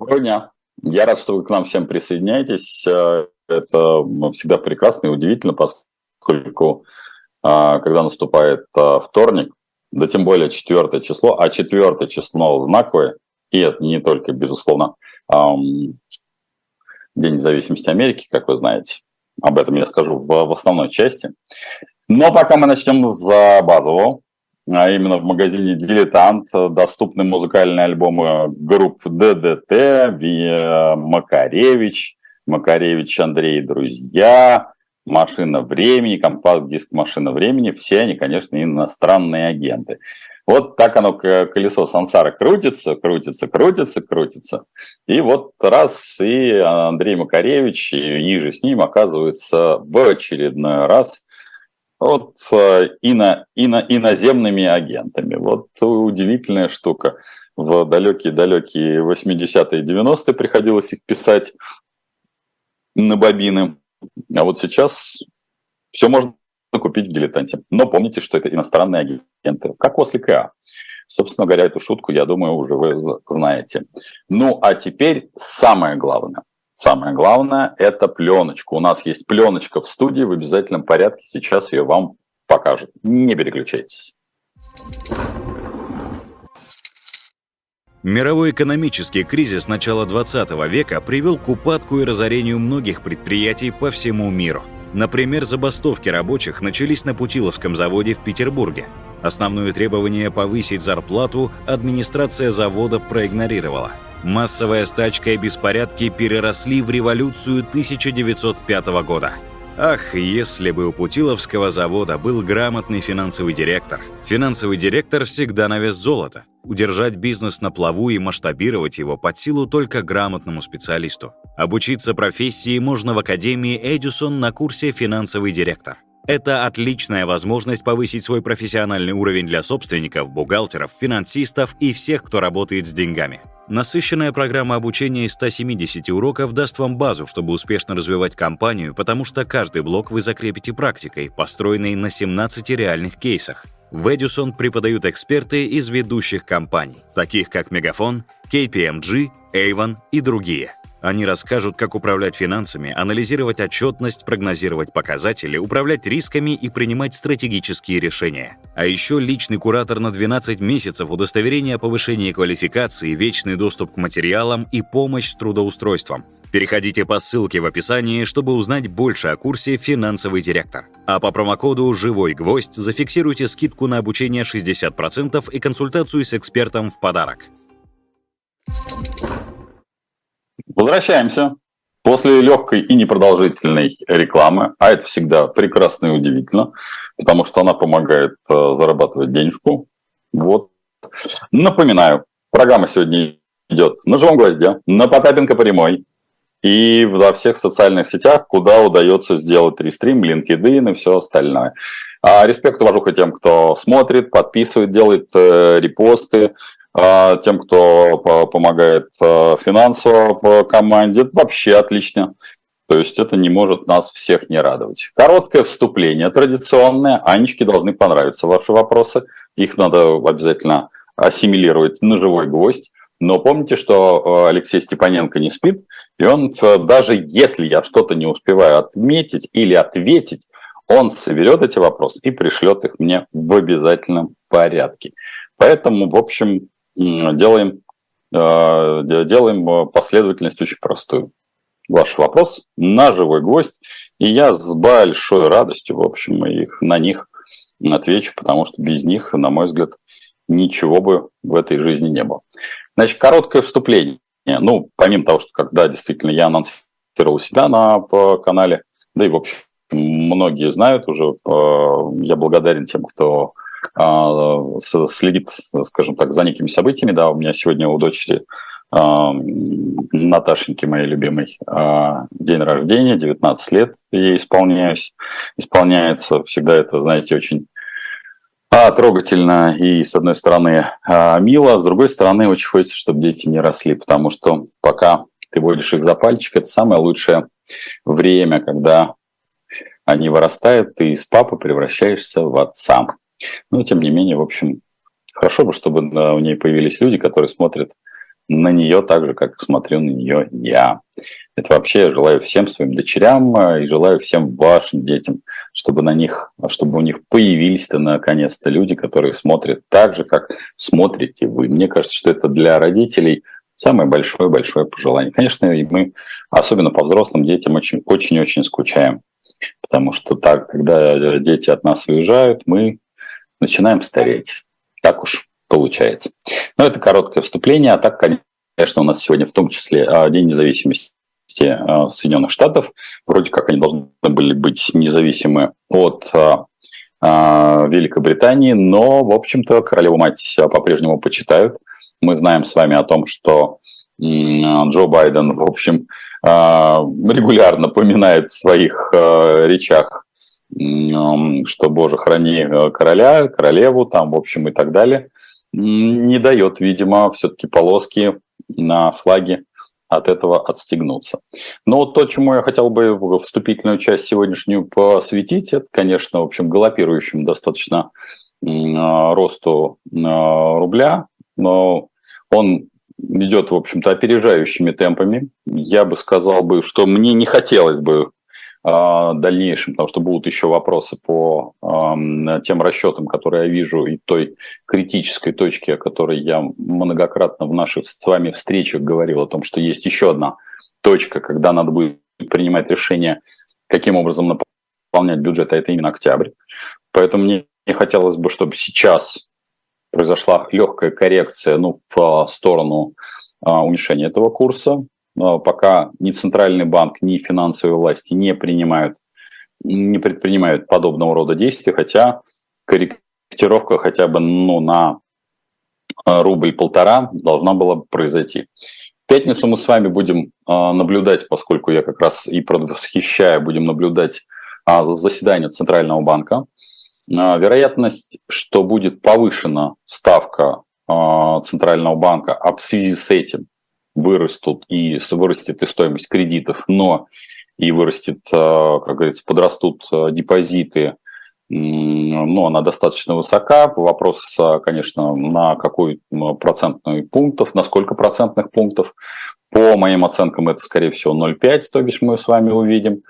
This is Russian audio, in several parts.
Доброго дня. Я рад, что вы к нам всем присоединяетесь. Это всегда прекрасно и удивительно, поскольку когда наступает вторник, да тем более четвертое число, а четвертое число знаковое, и это не только, безусловно, День независимости Америки, как вы знаете. Об этом я скажу в основной части. Но пока мы начнем с базового, а именно в магазине «Дилетант» доступны музыкальные альбомы групп ДДТ, Макаревич, Макаревич Андрей и друзья, «Машина времени», компакт-диск «Машина времени». Все они, конечно, иностранные агенты. Вот так оно, колесо сансары крутится. И вот раз, и Андрей Макаревич, и же с ним оказывается в очередной раз вот иноземными агентами. Вот удивительная штука. В далекие-далекие 80-е и 90-е приходилось их писать на бобины. А вот сейчас все можно купить в «Дилетанте». Но помните, что это иностранные агенты, как ослик ИА. Собственно говоря, эту шутку, я думаю, уже вы знаете. Ну, а теперь самое главное. Самое главное – это пленочка. У нас есть пленочка в студии, в обязательном порядке. Сейчас ее вам покажут. Не переключайтесь. Мировой экономический кризис начала 20 века привел к упадку и разорению многих предприятий по всему миру. Например, забастовки рабочих начались на Путиловском заводе в Петербурге. Основное требование повысить зарплату администрация завода проигнорировала. Массовая стачка и беспорядки переросли в революцию 1905 года. Ах, если бы у Путиловского завода был грамотный финансовый директор. Финансовый директор всегда на вес золота. Удержать бизнес на плаву и масштабировать его под силу только грамотному специалисту. Обучиться профессии можно в Академии Эдисон на курсе «Финансовый директор». Это отличная возможность повысить свой профессиональный уровень для собственников, бухгалтеров, финансистов и всех, кто работает с деньгами. Насыщенная программа обучения из 170 уроков даст вам базу, чтобы успешно развивать компанию, потому что каждый блок вы закрепите практикой, построенной на 17 реальных кейсах. В Эдисон преподают эксперты из ведущих компаний, таких как Мегафон, KPMG, Avon и другие. Они расскажут, как управлять финансами, анализировать отчетность, прогнозировать показатели, управлять рисками и принимать стратегические решения. А еще личный куратор на 12 месяцев, удостоверение о повышении квалификации, вечный доступ к материалам и помощь с трудоустройством. Переходите по ссылке в описании, чтобы узнать больше о курсе «Финансовый директор». А по промокоду «Живой гвоздь» зафиксируйте скидку на обучение 60% и консультацию с экспертом в подарок. Возвращаемся. После легкой и непродолжительной рекламы, а это всегда прекрасно и удивительно, потому что она помогает зарабатывать денежку. Вот. Напоминаю, программа сегодня идет на «Живом гвозде», на Потапенко прямой и во всех социальных сетях, куда удается сделать рестрим, LinkedIn и все остальное. Респект, уважуха тем, кто смотрит, подписывает, делает репосты, тем, кто помогает финансово по команде. Это вообще отлично. То есть это не может нас всех не радовать. Короткое вступление, традиционное. Анечке должны понравиться ваши вопросы. Их надо обязательно ассимилировать на «Живой гвоздь». Но помните, что Алексей Степаненко не спит, и он, даже если я что-то не успеваю отметить или ответить, он соберет эти вопросы и пришлет их мне в обязательном порядке. Поэтому, в общем, делаем последовательность очень простую. Ваш вопрос на «Живой гвоздь», и я с большой радостью, в общем, на них отвечу, потому что без них, на мой взгляд, ничего бы в этой жизни не было. Значит, короткое вступление. Ну, помимо того, что когда действительно я анонсировал себя на канале, да и, в общем, многие знают уже, я благодарен тем, кто следит, скажем так, за некими событиями. Да, у меня сегодня у дочери Наташеньки, моей любимой, день рождения, 19 лет ей исполняется. Всегда это, знаете, очень трогательно и, с одной стороны, мило, а с другой стороны, очень хочется, чтобы дети не росли, потому что пока ты водишь их за пальчик, это самое лучшее время, когда они вырастают, ты из папы превращаешься в отца. Но, тем не менее, в общем, хорошо бы, чтобы у нее появились люди, которые смотрят на нее так же, как смотрю на нее я. Это вообще я желаю всем своим дочерям и желаю всем вашим детям, чтобы у них появились-то наконец-то люди, которые смотрят так же, как смотрите вы. Мне кажется, что это для родителей самое большое-большое пожелание. Конечно, и мы, особенно по взрослым детям, очень-очень скучаем. Потому что так, когда дети от нас уезжают, мы начинаем стареть. Так уж получается. Но это короткое вступление. А так, конечно, у нас сегодня в том числе День независимости Соединенных Штатов. Вроде как они должны были быть независимы от Великобритании, но, в общем-то, королеву-мать по-прежнему почитают. Мы знаем с вами о том, что Джо Байден, в общем, регулярно поминает в своих речах, что, Боже, храни короля, королеву, там, в общем, и так далее. Не дает, видимо, все-таки полоски на флаге от этого отстегнуться. Но вот то, чему я хотел бы вступительную часть сегодняшнюю посвятить, это, конечно, в общем, галопирующему достаточно росту рубля, но он идет, в общем-то, опережающими темпами. Я бы сказал, что мне не хотелось бы в дальнейшем, потому что будут еще вопросы по тем расчетам, которые я вижу, и той критической точке, о которой я многократно в наших с вами встречах говорил, о том, что есть еще одна точка, когда надо будет принимать решение, каким образом наполнять бюджет, а это именно октябрь. Поэтому мне хотелось бы, чтобы сейчас произошла легкая коррекция в сторону уменьшения этого курса. Пока ни Центральный банк, ни финансовые власти не предпринимают подобного рода действий, хотя корректировка хотя бы на рубль-полтора должна была произойти. В пятницу мы с вами будем наблюдать, поскольку я как раз и предвосхищаю, будем наблюдать заседание Центрального банка. Вероятность, что будет повышена ставка Центрального банка, а в связи с этим вырастет и стоимость кредитов, но и вырастет, как говорится, подрастут депозиты, она достаточно высока. Вопрос, конечно, на какой процентный пунктов, на сколько процентных пунктов. По моим оценкам, это, скорее всего, 0,5, то бишь мы с вами увидим.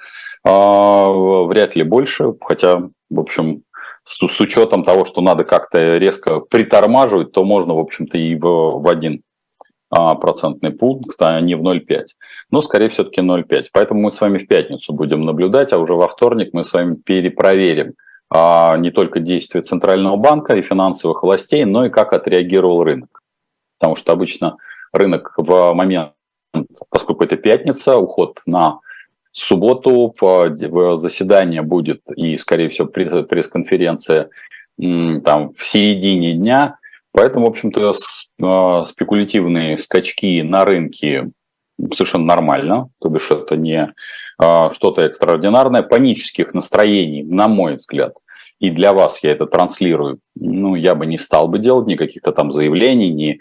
Вряд ли больше, хотя, в общем, с учетом того, что надо как-то резко притормаживать, то можно, в общем-то, и в 1 процентный пункт, а не в 0,5. Но, скорее, все-таки 0,5. Поэтому мы с вами в пятницу будем наблюдать, а уже во вторник мы с вами перепроверим не только действия Центрального банка и финансовых властей, но и как отреагировал рынок. Потому что обычно рынок в момент, поскольку это пятница, уход на субботу, заседание будет и, скорее всего, пресс-конференция там в середине дня. Поэтому, в общем-то, спекулятивные скачки на рынке совершенно нормально, то бишь это не что-то экстраординарное. Панических настроений, на мой взгляд, и для вас я это транслирую, я бы не стал бы делать никаких-то там заявлений,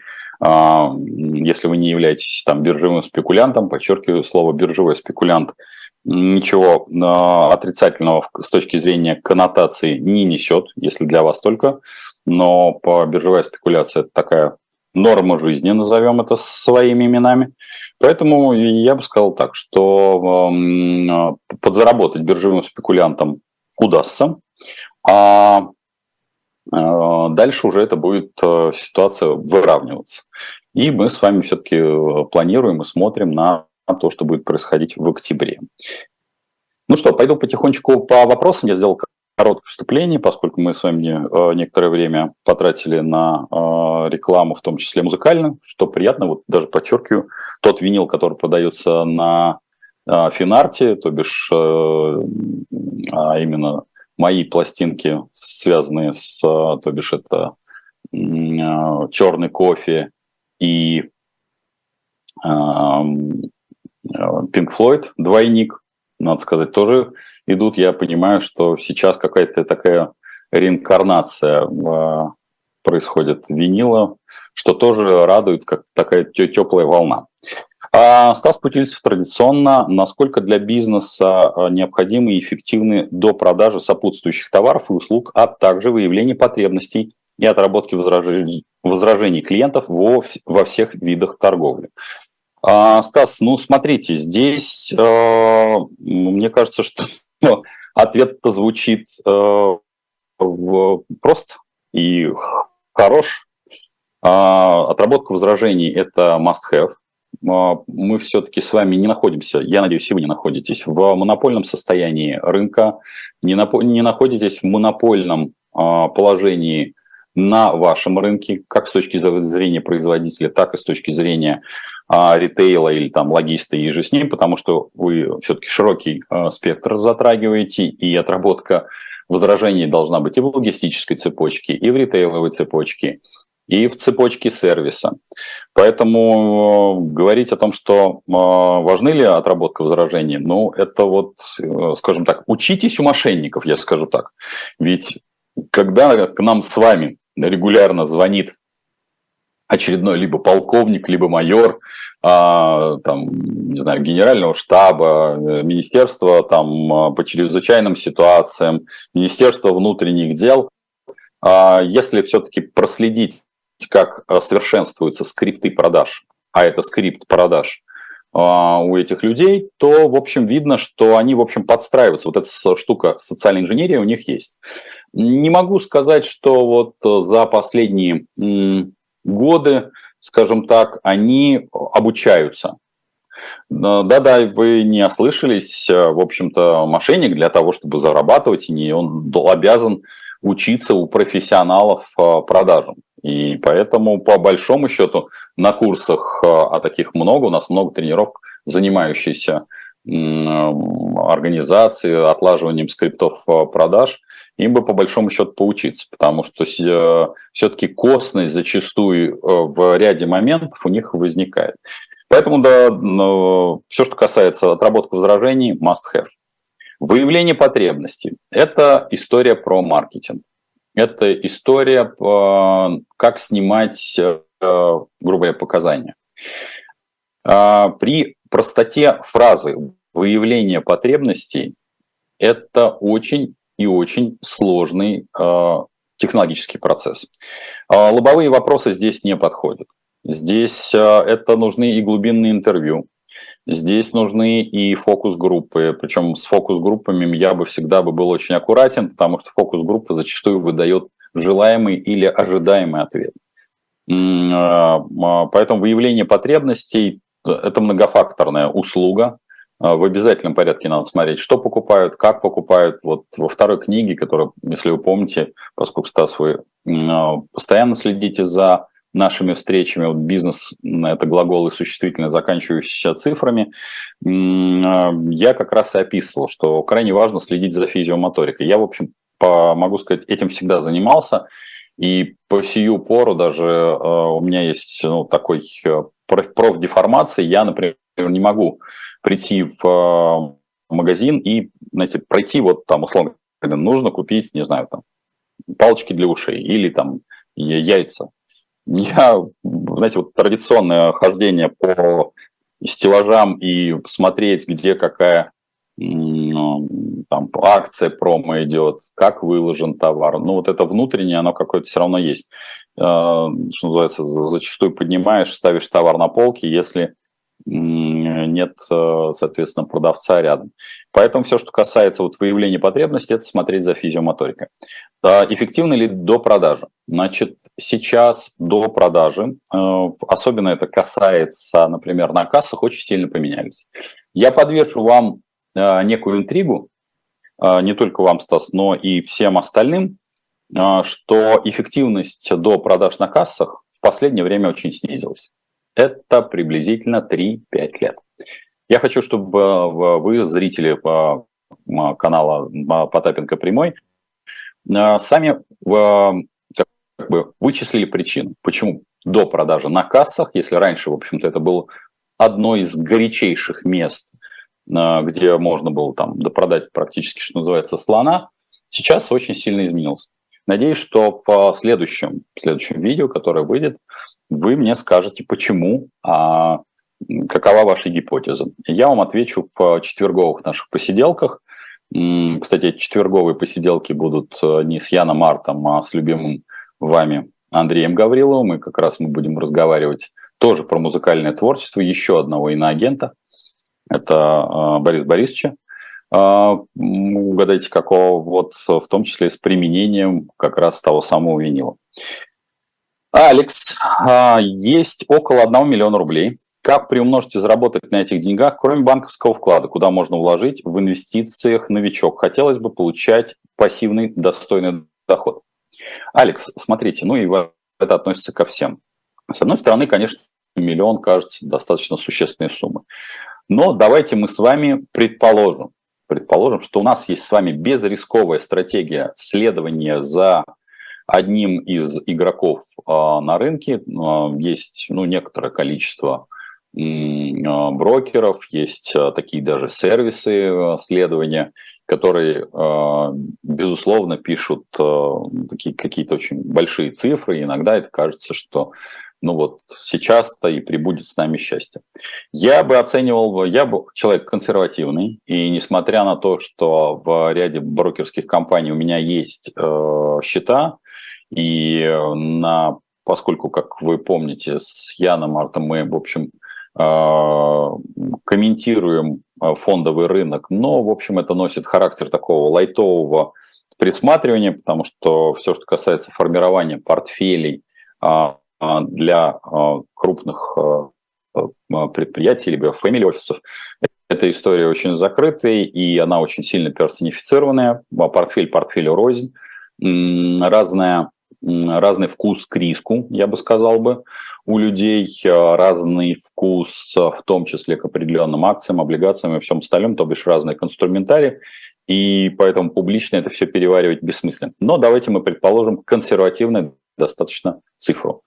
если вы не являетесь там биржевым спекулянтом, подчеркиваю слово биржевой спекулянт, ничего отрицательного с точки зрения коннотации не несет, если для вас только, но по биржевая спекуляция это такая норма жизни, назовем это своими именами. Поэтому я бы сказал так, что подзаработать биржевым спекулянтам удастся, а дальше уже это будет ситуация выравниваться. И мы с вами все-таки планируем и смотрим на то, что будет происходить в октябре. Ну что, пойду потихонечку по вопросам. Я сделал короткое вступление, поскольку мы с вами некоторое время потратили на рекламу, в том числе музыкальную, что приятно. Вот даже подчеркиваю, тот винил, который продается на Финарте, то бишь именно мои пластинки, связанные с, то бишь это черный кофе и Pink Floyd, двойник, надо сказать, тоже идут. Я понимаю, что сейчас какая-то такая реинкарнация происходит винила, что тоже радует, как такая теплая волна. Стас Путильцев традиционно. Насколько для бизнеса необходимы и эффективны до продажи сопутствующих товаров и услуг, а также выявление потребностей и отработки возражений клиентов во всех видах торговли. Стас, ну смотрите, здесь мне кажется, что ответ-то звучит прост и хорош. Отработка возражений – это must-have. Мы все-таки с вами не находимся, я надеюсь, и вы не находитесь в монопольном состоянии рынка, не находитесь в монопольном положении на вашем рынке, как с точки зрения производителя, так и с точки зрения ритейла или там логиста и же с ним, потому что вы все-таки широкий спектр затрагиваете, и отработка возражений должна быть и в логистической цепочке, и в ритейловой цепочке, и в цепочке сервиса. Поэтому говорить о том, что важны ли отработка возражений, ну, это вот, скажем так, учитесь у мошенников, я скажу так. Ведь когда к нам с вами регулярно звонит очередной либо полковник, либо майор, там, не знаю, генерального штаба, министерства там, по чрезвычайным ситуациям, Министерство внутренних дел, если все-таки проследить, как совершенствуются скрипты продаж, а это скрипт продаж у этих людей, то, в общем, видно, что они, в общем, подстраиваются. Вот эта штука социальной инженерии у них есть. Не могу сказать, что вот за последние годы, скажем так, они обучаются. Да-да, вы не ослышались. В общем-то, мошенник для того, чтобы зарабатывать, он обязан учиться у профессионалов продажам. И поэтому, по большому счету, на курсах, а таких много, у нас много тренировок, занимающихся организацией, отлаживанием скриптов продаж, им бы по большому счету поучиться, потому что все-таки косность зачастую в ряде моментов у них возникает. Поэтому, да, все, что касается отработки возражений, must have. Выявление потребностей – это история про маркетинг. Это история, как снимать, грубо говоря, показания. При простоте фразы выявление потребностей – это очень и очень сложный технологический процесс. Лобовые вопросы здесь не подходят. Здесь это нужны и глубинные интервью. Здесь нужны и фокус-группы, причем с фокус-группами я бы всегда был очень аккуратен, потому что фокус-группа зачастую выдает желаемый или ожидаемый ответ. Поэтому выявление потребностей – это многофакторная услуга. В обязательном порядке надо смотреть, что покупают, как покупают. Вот во второй книге, которая, если вы помните, поскольку, Стас, вы постоянно следите за нашими встречами, вот бизнес – это глаголы существительные, заканчивающиеся цифрами, я как раз и описывал, что крайне важно следить за физиомоторикой. Я, в общем, могу сказать, этим всегда занимался, и по сию пору даже у меня есть такой профдеформации. Я, например, не могу прийти в магазин и, знаете, пройти вот там, условно, нужно купить, не знаю, там, палочки для ушей или там яйца. Я, знаете, вот традиционное хождение по стеллажам и смотреть, где какая там акция промо идет, как выложен товар. Ну, вот это внутреннее, оно какое-то все равно есть. Что называется, зачастую поднимаешь, ставишь товар на полке, если нет, соответственно, продавца рядом. Поэтому все, что касается вот выявления потребностей, это смотреть за физиомоторикой. Эффективно ли до продажи? Значит, сейчас до продажи, особенно это касается, например, на кассах, очень сильно поменялись. Я подвешу вам некую интригу, не только вам, Стас, но и всем остальным, что эффективность до продаж на кассах в последнее время очень снизилась. Это приблизительно 3-5 лет. Я хочу, чтобы вы, зрители канала Потапенко Прямой, сами вычислили причину, почему до продажи на кассах, если раньше, в общем-то, это было одно из горячейших мест, где можно было там допродать практически, что называется, слона, сейчас очень сильно изменился. Надеюсь, что в следующем видео, которое выйдет, вы мне скажете, почему, какова ваша гипотеза. Я вам отвечу в четверговых наших посиделках. Кстати, четверговые посиделки будут не с Яном Артом, а с любимым вами Андреем Гавриловым, и как раз мы будем разговаривать тоже про музыкальное творчество еще одного иноагента. Это Борис Борисовича. Угадайте, какого, вот в том числе с применением как раз того самого винила. Алекс, есть около 1 миллиона рублей. Как приумножить и заработать на этих деньгах, кроме банковского вклада, куда можно вложить в инвестициях новичок? Хотелось бы получать пассивный достойный доход. Алекс, смотрите, ну и это относится ко всем. С одной стороны, конечно, 1 миллион кажется достаточно существенной суммой. Но давайте мы с вами предположим, что у нас есть с вами безрисковая стратегия следования за одним из игроков на рынке. Есть некоторое количество брокеров, есть такие даже сервисы следования, которые, безусловно, пишут такие какие-то очень большие цифры, и иногда это кажется, что сейчас-то и прибудет с нами счастье. Я бы человек консервативный, и несмотря на то, что в ряде брокерских компаний у меня есть счета, и поскольку, как вы помните, с Яном Артом мы, в общем, комментируем фондовый рынок, но, в общем, это носит характер такого лайтового присматривания, потому что все, что касается формирования портфелей для крупных предприятий либо family-офисов, эта история очень закрытая, и она очень сильно персонифицированная, портфель рознь, разный вкус к риску, я бы сказал у людей, разный вкус, в том числе к определенным акциям, облигациям и всем остальным, то бишь разные инструментарий, и поэтому публично это все переваривать бессмысленно. Но давайте мы предположим консервативную достаточно цифру.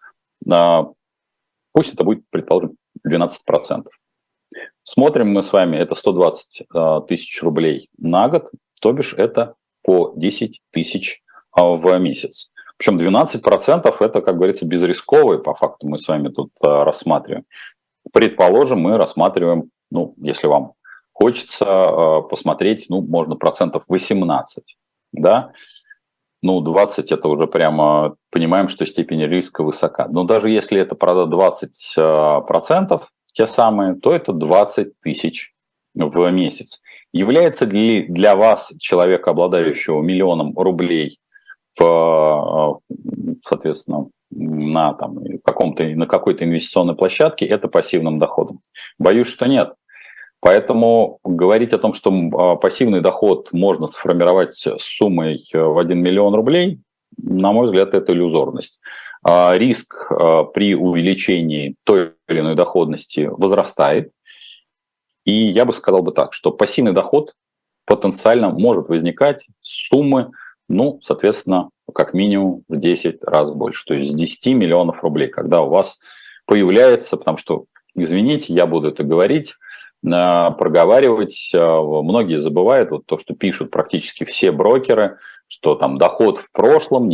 Пусть это будет, предположим, 12%. Смотрим мы с вами, это 120 тысяч рублей на год, то бишь это по 10 тысяч в месяц. Причем 12% это, как говорится, безрисковые, по факту мы с вами тут рассматриваем. Предположим, мы рассматриваем, если вам хочется посмотреть, можно 18%, да? 20 это уже прямо понимаем, что степень риска высока. Но даже если это, правда, 20% те самые, то это 20 тысяч в месяц. Является ли для вас, человека, обладающего 1 миллионом рублей, соответственно, на какой-то инвестиционной площадке, это пассивным доходом? Боюсь, что нет. Поэтому говорить о том, что пассивный доход можно сформировать с суммой в 1 миллион рублей, на мой взгляд, это иллюзорность. Риск при увеличении той или иной доходности возрастает. И я бы сказал так, что пассивный доход потенциально может возникать с суммы, соответственно, как минимум в 10 раз больше. То есть с 10 миллионов рублей, когда у вас появляется, потому что, извините, я буду это говорить, проговаривать, многие забывают то, что пишут практически все брокеры, что там доход в прошлом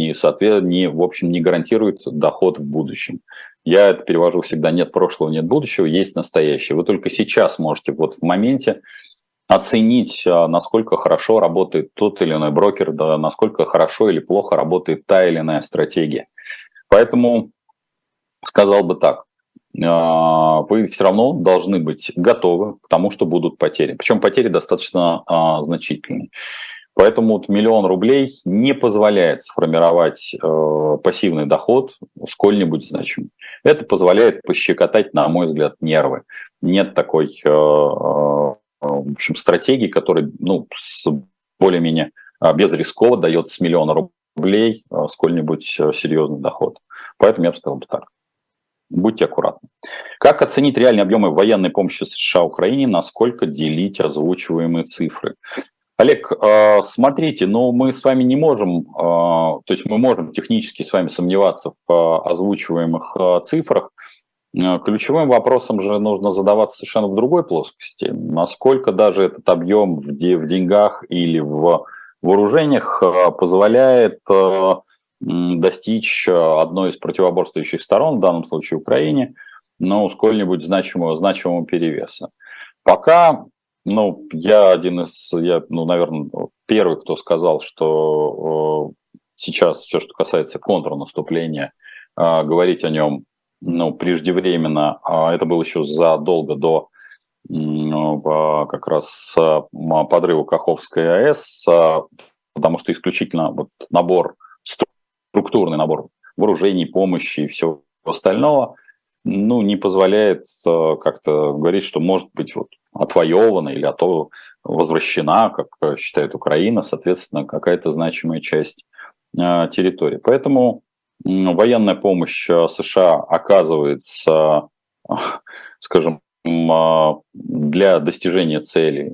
не гарантирует доход в будущем. Я это перевожу всегда: нет прошлого, нет будущего, есть настоящее. Вы только сейчас можете в моменте оценить, насколько хорошо работает тот или иной брокер, да, насколько хорошо или плохо работает та или иная стратегия. Поэтому сказал бы так: вы все равно должны быть готовы к тому, что будут потери. Причем потери достаточно значительные. Поэтому 1 миллион рублей не позволяет сформировать пассивный доход сколь-нибудь значимый. Это позволяет пощекотать, на мой взгляд, нервы. Нет такой стратегии, которая более-менее безрисково дает с 1 миллиона рублей сколь-нибудь серьезный доход. Поэтому я бы сказал так. Будьте аккуратны. Как оценить реальные объемы военной помощи США Украине, насколько делить озвучиваемые цифры? Олег, смотрите, мы с вами не можем, то есть мы можем технически с вами сомневаться в озвучиваемых цифрах. Ключевым вопросом же нужно задаваться совершенно в другой плоскости. Насколько даже этот объем в деньгах или в вооружениях позволяет достичь одной из противоборствующих сторон, в данном случае Украине, сколь-нибудь значимого перевеса. Пока, я наверное, первый, кто сказал, что сейчас все, что касается контрнаступления, говорить о нем преждевременно. Это было еще задолго до как раз подрыва Каховской АЭС, потому что исключительно структурный набор вооружений, помощи и всего остального не позволяет как-то говорить, что может быть отвоевана или возвращена, как считает Украина, соответственно, какая-то значимая часть территории. Поэтому военная помощь США оказывается, скажем, для достижения целей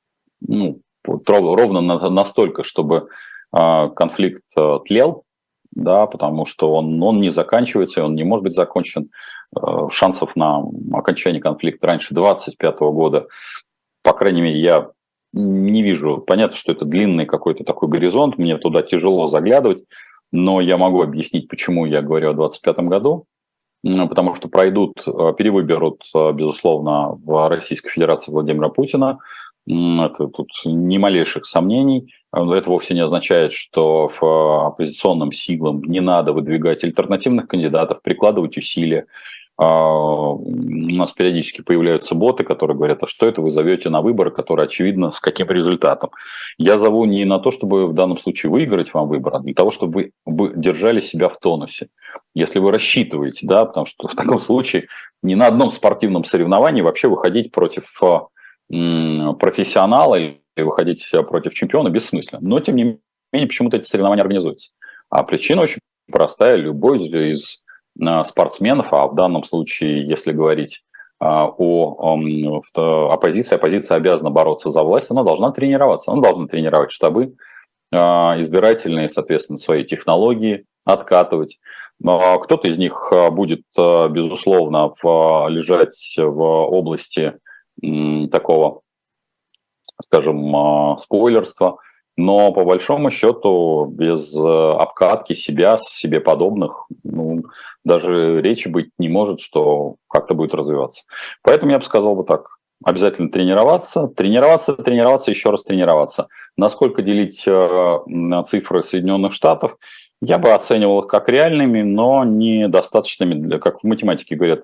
ровно настолько, чтобы конфликт тлел, да, потому что он не заканчивается, он не может быть закончен. Шансов на окончание конфликта раньше 2025 года, по крайней мере, я не вижу. Понятно, что это длинный какой-то такой горизонт, мне туда тяжело заглядывать, но я могу объяснить, почему я говорю о 2025 году. Потому что перевыберут, безусловно, в Российской Федерации Владимира Путина. Это тут ни малейших сомнений. Это вовсе не означает, что оппозиционным силам не надо выдвигать альтернативных кандидатов, прикладывать усилия. У нас периодически появляются боты, которые говорят, а что это вы зовете на выборы, которые очевидно с каким результатом. Я зову не на то, чтобы в данном случае выиграть вам выбор, а для того, чтобы вы держали себя в тонусе. Если вы рассчитываете, да, потому что в таком случае ни на одном спортивном соревновании вообще выходить против профессионала или выходить против чемпиона бессмысленно. Но, тем не менее, почему-то эти соревнования организуются. А причина очень простая. Любой из спортсменов, а в данном случае, если говорить о оппозиция обязана бороться за власть, она должна тренироваться. Она должна тренировать штабы, избирательные, соответственно, свои технологии откатывать. Кто-то из них будет, безусловно, лежать в области такого, скажем, спойлерства, но по большому счету без обкатки себе подобных даже речи быть не может, что как-то будет развиваться. Поэтому я бы сказал так. Обязательно тренироваться, еще раз тренироваться. Насколько делить цифры Соединенных Штатов, я бы оценивал их как реальными, но недостаточными, как в математике говорят,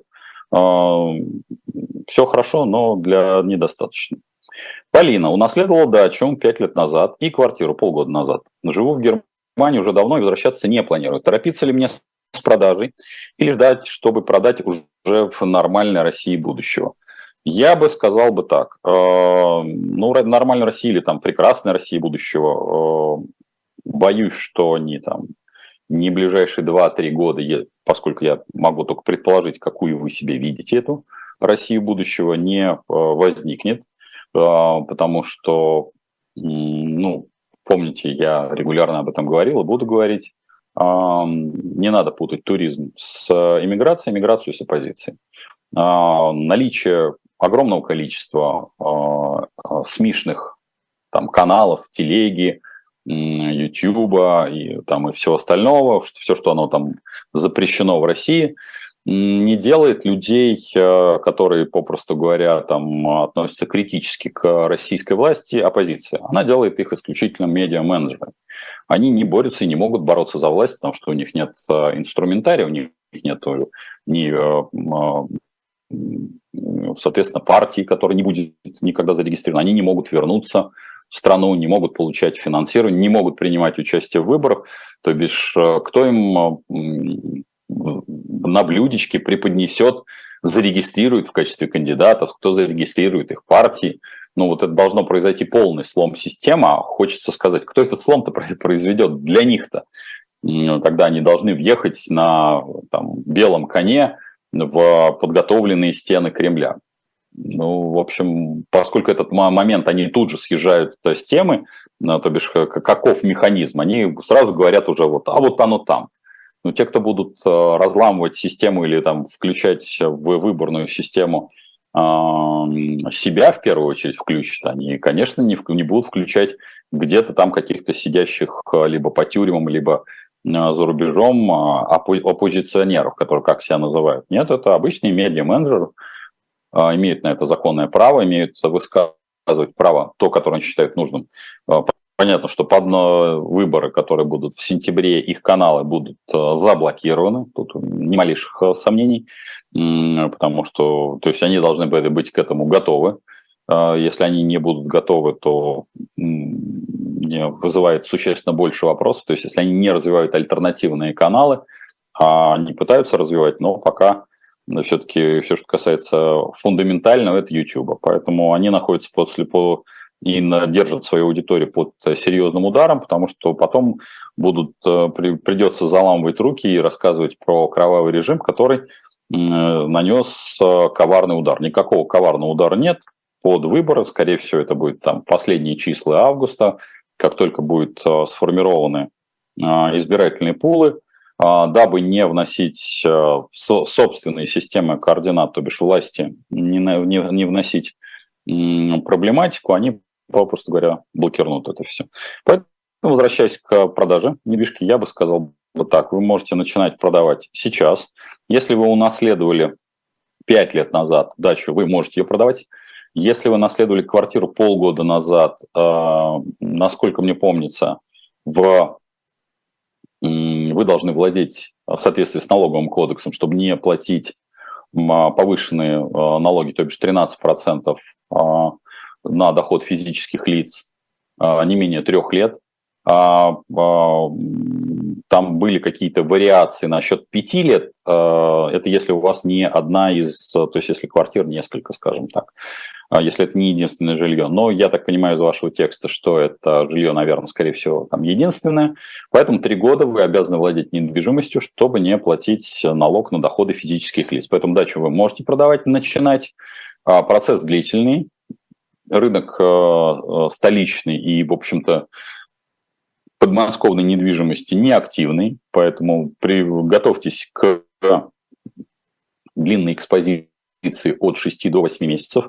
все хорошо, но недостаточно. Полина унаследовала дачу 5 лет назад и квартиру полгода назад. Живу в Германии уже давно и возвращаться не планирую. Торопиться ли мне с продажей или ждать, чтобы продать уже в нормальной России будущего? Я бы сказал бы так. Нормальной России или прекрасной России будущего, боюсь, что не ближайшие 2-3 года, поскольку я могу только предположить, какую вы себе видите эту Россию будущего, не возникнет. Потому что, помните, я регулярно об этом говорил и буду говорить, не надо путать туризм с иммиграцией, иммиграцию с оппозицией. Наличие огромного количества смешных каналов, телеги, Ютуба и всего остального, все, что оно запрещено в России, не делает людей, которые, попросту говоря, относятся критически к российской власти, оппозиции. Она делает их исключительно медиа-менеджерами. Они не борются и не могут бороться за власть, потому что у них нет инструментария, у них нет соответственно, партии, которая не будет никогда зарегистрирована. Они не могут вернуться в страну, не могут получать финансирование, не могут принимать участие в выборах. То бишь, кто им на блюдечке преподнесет, зарегистрирует в качестве кандидатов, кто зарегистрирует их партии. Это должно произойти полный слом системы. А хочется сказать, кто этот слом-то произведет для них-то? Когда они должны въехать на белом коне в подготовленные стены Кремля. В общем, поскольку этот момент они тут же съезжают с темы, то бишь каков механизм, они сразу говорят уже оно там. Но те, кто будут разламывать систему или включать в выборную систему себя в первую очередь включат, они, конечно, не будут включать где-то каких-то сидящих либо по тюрьмам, либо за рубежом оппозиционеров, которые как себя называют. Нет, это обычные медиа-менеджеры, имеют на это законное право, имеют высказывать право, то, которое они считают нужным, понятно, что под выборы, которые будут в сентябре, их каналы будут заблокированы. Тут ни малейших сомнений, потому что, то есть, они должны быть к этому готовы. Если они не будут готовы, то вызывает существенно больше вопросов. То есть, если они не развивают альтернативные каналы, а они пытаются развивать, но пока все-таки все, что касается фундаментального, это YouTube. Поэтому они находятся и держат свою аудиторию под серьезным ударом, потому что потом придется заламывать руки и рассказывать про кровавый режим, который нанес коварный удар. Никакого коварного удара нет. Под выборы, скорее всего, это будет там последние числа августа, как только будут сформированы избирательные пулы, дабы не вносить в собственные системы координат, то бишь власти, не вносить проблематику, они, попросту говоря, блокируют это все. Поэтому, возвращаясь к продаже недвижки, я бы сказал вот так. Вы можете начинать продавать сейчас. Если вы унаследовали 5 лет назад дачу, вы можете ее продавать. Если вы наследовали квартиру полгода назад, насколько мне помнится, вы должны владеть в соответствии с налоговым кодексом, чтобы не платить повышенные налоги, то бишь 13% на доход физических лиц не менее 3 лет. Там были какие-то вариации насчет 5 лет. Это если у вас не одна из, то есть если квартир несколько, скажем так, если это не единственное жилье. Но я так понимаю из вашего текста, что это жилье, наверное, скорее всего, там единственное. Поэтому 3 года вы обязаны владеть недвижимостью, чтобы не платить налог на доходы физических лиц. Поэтому дачу вы можете продавать, начинать. Процесс длительный. Рынок столичный и, в общем-то, подмосковной недвижимости неактивный, поэтому готовьтесь к длинной экспозиции от 6 до 8 месяцев.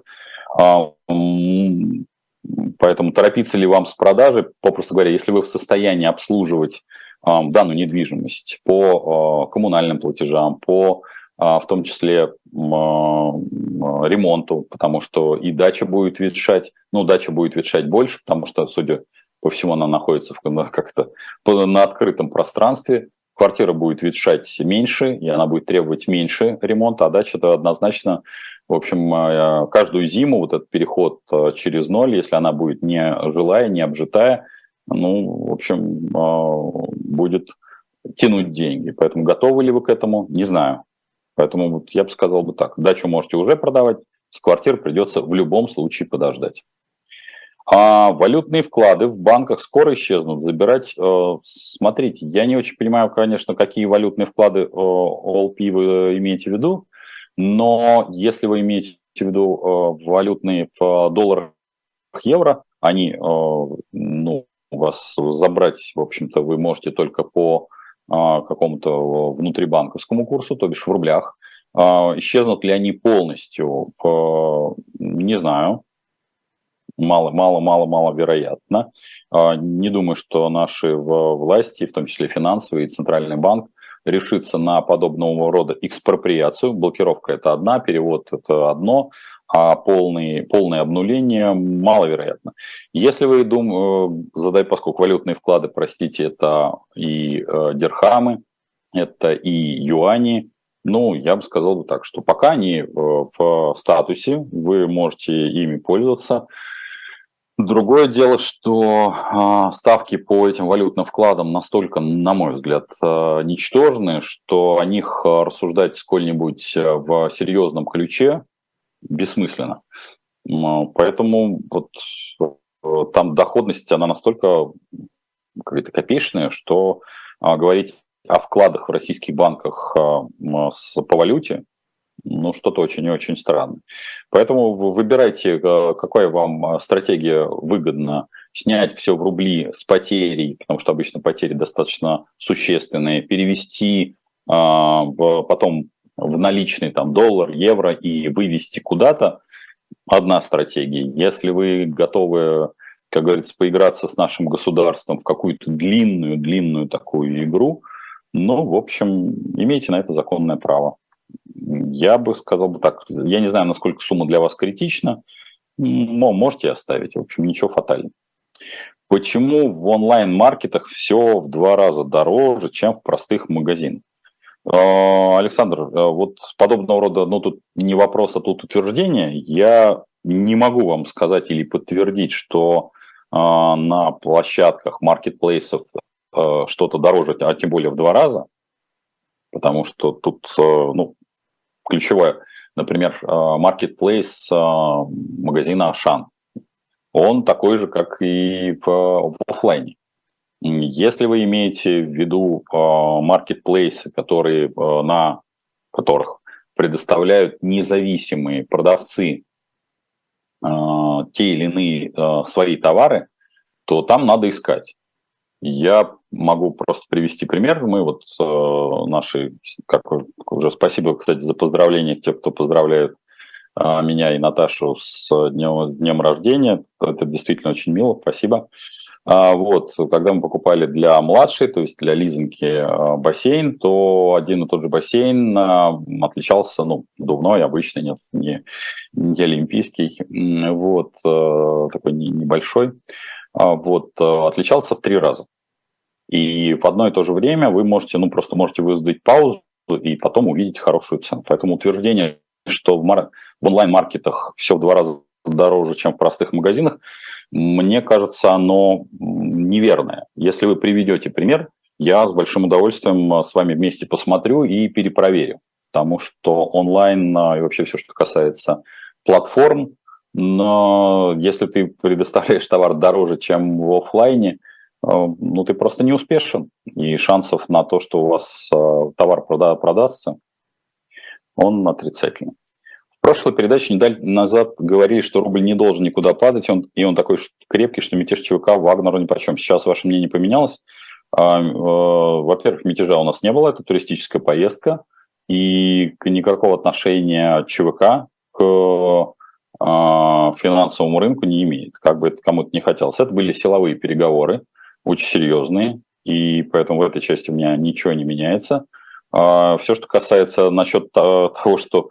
Поэтому торопиться ли вам с продажей, попросту говоря, если вы в состоянии обслуживать данную недвижимость по коммунальным платежам, в том числе ремонту, потому что и дача будет ветшать, дача будет ветшать больше, потому что, судя по всему, она находится как-то на открытом пространстве. Квартира будет ветшать меньше, и она будет требовать меньше ремонта, а дача-то однозначно, в общем, каждую зиму вот этот переход через ноль, если она будет не жилая, не обжитая, в общем, будет тянуть деньги. Поэтому готовы ли вы к этому, не знаю. Поэтому я бы сказал так, дачу можете уже продавать, с квартир придется в любом случае подождать. А валютные вклады в банках скоро исчезнут. Забирать, смотрите, я не очень понимаю, конечно, какие валютные вклады ОЛП вы имеете в виду, но если вы имеете в виду валютные в долларах, евро, они, вас забрать, в общем-то, вы можете только по какому-то внутрибанковскому курсу, то бишь в рублях. Исчезнут ли они полностью? Не знаю. Мало вероятно. Не думаю, что наши власти, в том числе финансовый и центральный банк, решится на подобного рода экспроприацию. Блокировка – это одна, перевод – это одно, а полное обнуление маловероятно. Если вы задать, поскольку валютные вклады, простите, это и дирхамы, это и юани, я бы сказал так, что пока они в статусе, вы можете ими пользоваться. Другое дело, что ставки по этим валютным вкладам настолько, на мой взгляд, ничтожны, что о них рассуждать сколь-нибудь в серьезном ключе бессмысленно. Поэтому там доходность, она настолько какая-то копеечная, что говорить о вкладах в российских банках по валюте, что-то очень и очень странное. Поэтому выбирайте, какая вам стратегия выгодна. Снять все в рубли с потерей, потому что обычно потери достаточно существенные, перевести потом в наличный доллар, евро и вывести куда-то. Одна стратегия. Если вы готовы, как говорится, поиграться с нашим государством в какую-то длинную такую игру, в общем, имейте на это законное право. Я бы сказал так, я не знаю, насколько сумма для вас критична, но можете оставить, в общем, ничего фатального. Почему в онлайн-маркетах все в 2 раза дороже, чем в простых магазинах? Александр, вот подобного рода, ну тут не вопрос, а тут утверждение. Я не могу вам сказать или подтвердить, что на площадках маркетплейсов что-то дороже, а тем более в 2 раза, потому что тут ну, ключевое, например, маркетплейс магазина Ашан. Он такой же, как и в офлайне. Если вы имеете в виду маркетплейсы, на которых предоставляют независимые продавцы те или иные свои товары, то там надо искать. Я могу просто привести пример. Мы вот наши, уже спасибо, кстати, за поздравления тех, кто поздравляет меня и Наташу с днем рождения. Это действительно очень мило, спасибо. Вот, когда мы покупали для младшей, то есть для Лизоньки бассейн, то один и тот же бассейн отличался, ну, надувной, обычный, нет, не олимпийский, вот, такой небольшой, вот, отличался в 3 раза. И в одно и то же время вы можете, ну, просто можете вызвать паузу и потом увидеть хорошую цену. Поэтому утверждение, что в онлайн-маркетах все в 2 раза дороже, чем в простых магазинах, мне кажется, оно неверное. Если вы приведете пример, я с большим удовольствием с вами вместе посмотрю и перепроверю. Потому что онлайн и вообще все, что касается платформ, но если ты предоставляешь товар дороже, чем в офлайне, ну, ты просто не успешен. И шансов на то, что у вас товар продастся, он отрицательный. В прошлой передаче неделю назад говорили, что рубль не должен никуда падать, и он такой крепкий, что мятеж ЧВК Вагнеру ни по чем. Сейчас ваше мнение поменялось. Во-первых, мятежа у нас не было, это туристическая поездка, и никакого отношения ЧВК к финансовому рынку не имеет, как бы это кому-то не хотелось. Это были силовые переговоры, очень серьезные, и поэтому в этой части у меня ничего не меняется. Все, что касается насчет того, что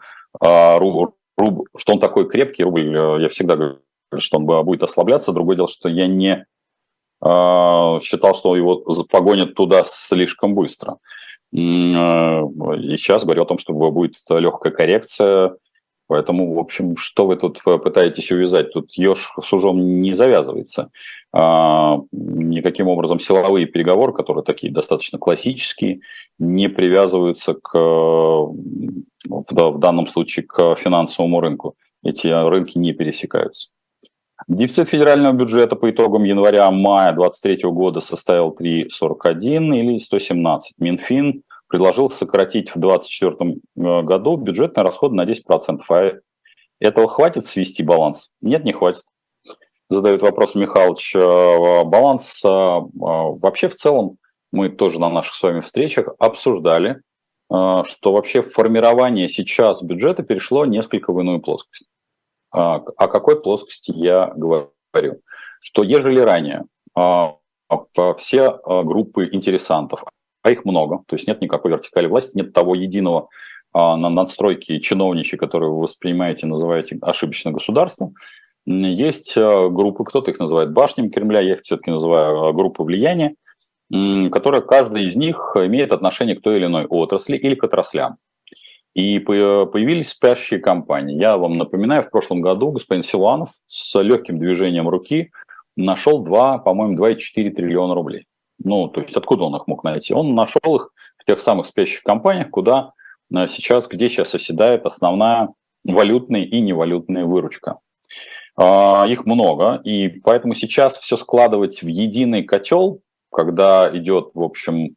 он такой крепкий, рубль, я всегда говорю, что он будет ослабляться. Другое дело, что я не считал, что его погонят туда слишком быстро. И сейчас говорю о том, что будет легкая коррекция. Поэтому, в общем, что вы тут пытаетесь увязать? Тут еж с ужом не завязывается. Никаким образом силовые переговоры, которые такие достаточно классические, не привязываются в данном случае к финансовому рынку. Эти рынки не пересекаются. Дефицит федерального бюджета по итогам января-мая 2023 года составил 3,41 или 117. Минфин предложил сократить в 2024 году бюджетные расходы на 10%. А этого хватит свести баланс? Нет, не хватит. Задает вопрос Михалыч. Баланс вообще в целом мы тоже на наших с вами встречах обсуждали, что вообще формирование сейчас бюджета перешло несколько в иную плоскость. О какой плоскости я говорю? Что ежели ранее все группы интересантов, а их много, то есть нет никакой вертикали власти, нет того единого надстройки чиновничьей, которую вы воспринимаете, называете ошибочно государством. Есть группы, кто-то их называет башнями Кремля, я их все-таки называю группы влияния, которые каждый из них имеет отношение к той или иной отрасли или к отраслям. И появились спящие компании. Я вам напоминаю, в прошлом году господин Силуанов с легким движением руки нашел 2,4 триллиона рублей. Ну, то есть откуда он их мог найти? Он нашел их в тех самых спящих компаниях, где сейчас оседает основная валютная и невалютная выручка. Их много, и поэтому сейчас все складывать в единый котел, когда идет, в общем,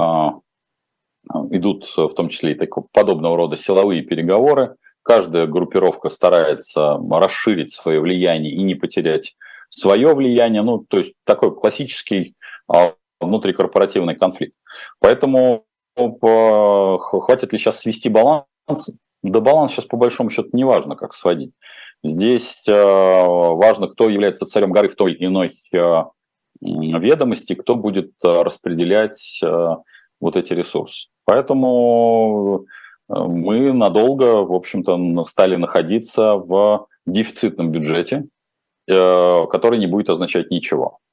идут в том числе и подобного рода силовые переговоры, каждая группировка старается расширить свое влияние и не потерять свое влияние, ну, то есть такой классический внутрикорпоративный конфликт. Поэтому хватит ли сейчас свести баланс? Да баланс сейчас по большому счету не важно, как сводить. Здесь важно, кто является царем горы в той или иной ведомости, кто будет распределять вот эти ресурсы. Поэтому мы надолго, в общем-то, стали находиться в дефицитном бюджете, который не будет означать ничего.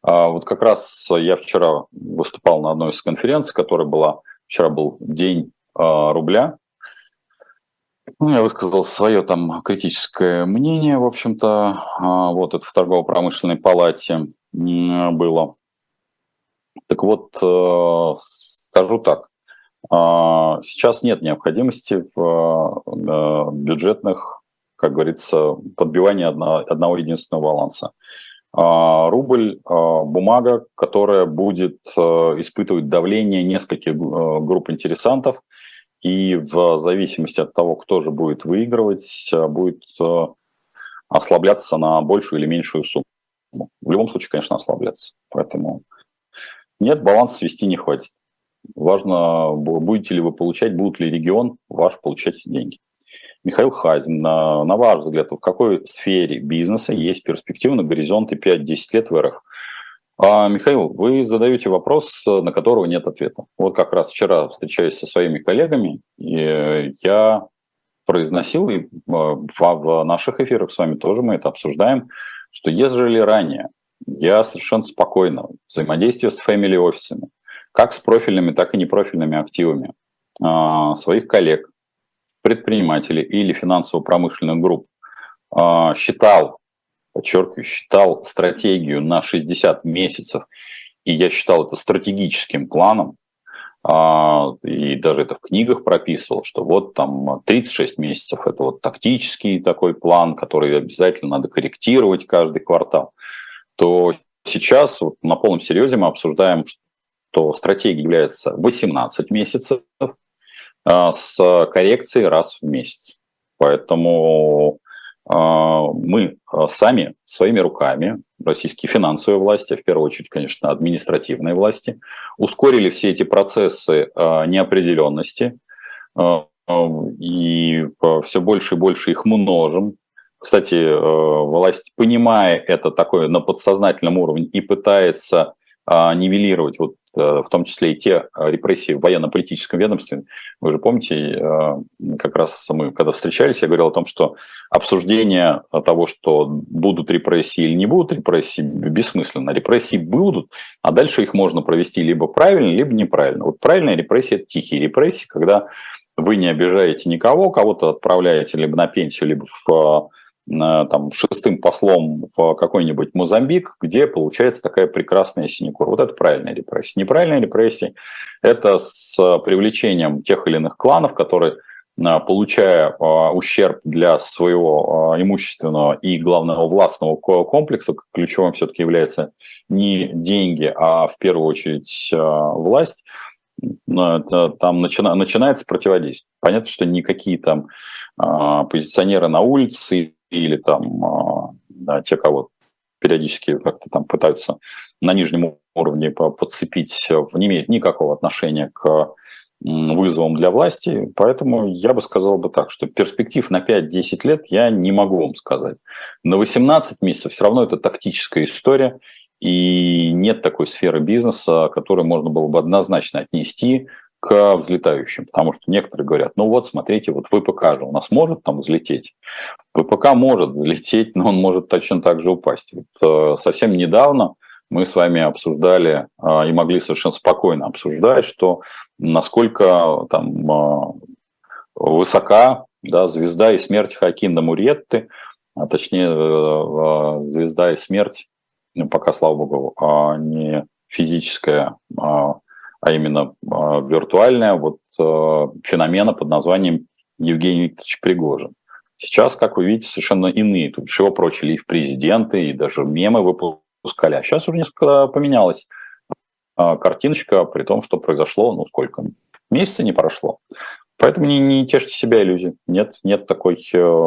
Вот как раз я вчера выступал на одной из конференций, которая была, вчера был день рубля. Ну, я высказал свое там критическое мнение, в общем-то, вот это в торгово-промышленной палате было. Так вот, скажу так, сейчас нет необходимости в бюджетных, как говорится, подбивании одного единственного баланса. Рубль – бумага, которая будет испытывать давление нескольких групп интересантов, и в зависимости от того, кто же будет выигрывать, будет ослабляться на большую или меньшую сумму. В любом случае, конечно, ослабляться. Поэтому нет, баланс свести не хватит. Важно, будете ли вы получать, будет ли регион ваш получать деньги. Михаил Хазин, на ваш взгляд, в какой сфере бизнеса есть перспективы на горизонте 5-10 лет в РФ? Михаил, вы задаете вопрос, на которого нет ответа. Вот как раз вчера, встречаясь со своими коллегами, я произносил, и в наших эфирах с вами тоже мы это обсуждаем, что ежели ранее я совершенно спокойно взаимодействие с фэмили-офисами, как с профильными, так и непрофильными активами своих коллег, предпринимателей или финансово-промышленных групп, считал стратегию на 60 месяцев, и я считал это стратегическим планом, и даже это в книгах прописывал, что вот там 36 месяцев – это вот тактический такой план, который обязательно надо корректировать каждый квартал, то сейчас вот на полном серьезе мы обсуждаем, что стратегия является 18 месяцев с коррекцией раз в месяц. Поэтому мы сами своими руками, российские финансовые власти, в первую очередь, конечно, административные власти, ускорили все эти процессы неопределенности и все больше и больше их множим. Кстати, власть, понимая это такое на подсознательном уровне, и пытается нивелировать, вот, в том числе и те репрессии в военно-политическом ведомстве. Вы же помните, как раз мы, когда встречались, я говорил о том, что обсуждение того, что будут репрессии или не будут репрессии, бессмысленно. Репрессии будут, а дальше их можно провести либо правильно, либо неправильно. Вот правильные репрессии – это тихие репрессии, когда вы не обижаете никого, кого-то отправляете либо на пенсию, либо там, шестым послом в какой-нибудь Мозамбик, где получается такая прекрасная синекура. Вот это правильная репрессия. Неправильная репрессия – это с привлечением тех или иных кланов, которые, получая ущерб для своего имущественного и, главного, властного комплекса, ключевым все-таки является не деньги, а в первую очередь власть, там начинается противодействие. Понятно, что никакие там позиционеры на улице или там те, кого периодически как-то там пытаются на нижнем уровне подцепить, не имеют никакого отношения к вызовам для власти. Поэтому я бы сказал бы так, что перспектив на 5-10 лет я не могу вам сказать. На 18 месяцев все равно это тактическая история, и нет такой сферы бизнеса, которую можно было бы однозначно отнести к взлетающим. Потому что некоторые говорят, ну вот, смотрите, вот ВПК же у нас может там взлететь. ВПК может взлететь, но он может точно так же упасть. Вот, совсем недавно мы с вами обсуждали и могли совершенно спокойно обсуждать, что насколько там высока, да, звезда и смерть Хакинда Мурьетты, а точнее звезда и смерть, пока, слава богу, не физическая, а именно виртуальная, вот феномена под названием Евгений Викторович Пригожин. Сейчас, как вы видите, совершенно иные. Тут же его прочили и в президенты, и даже мемы выпускали. А сейчас уже несколько поменялась картиночка, при том, что произошло, ну сколько, месяца не прошло. Поэтому не тешьте себя иллюзий. Нет такой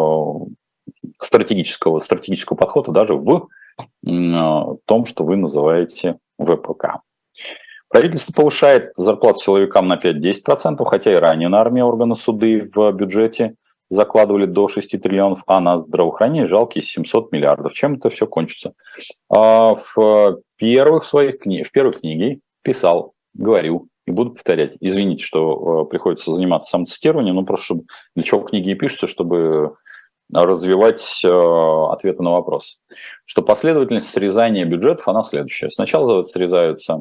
стратегического подхода даже в том, что вы называете ВПК. Правительство повышает зарплату силовикам на 5-10%, хотя и ранее на армию, органы, суды в бюджете закладывали до 6 триллионов, а на здравоохранение жалкие 700 миллиардов. Чем это все кончится? В первой книге писал, говорил и буду повторять. Извините, что приходится заниматься самоцитированием, но просто для чего книги и пишутся, чтобы развивать ответы на вопрос. Что последовательность срезания бюджетов, она следующая. Сначала срезаются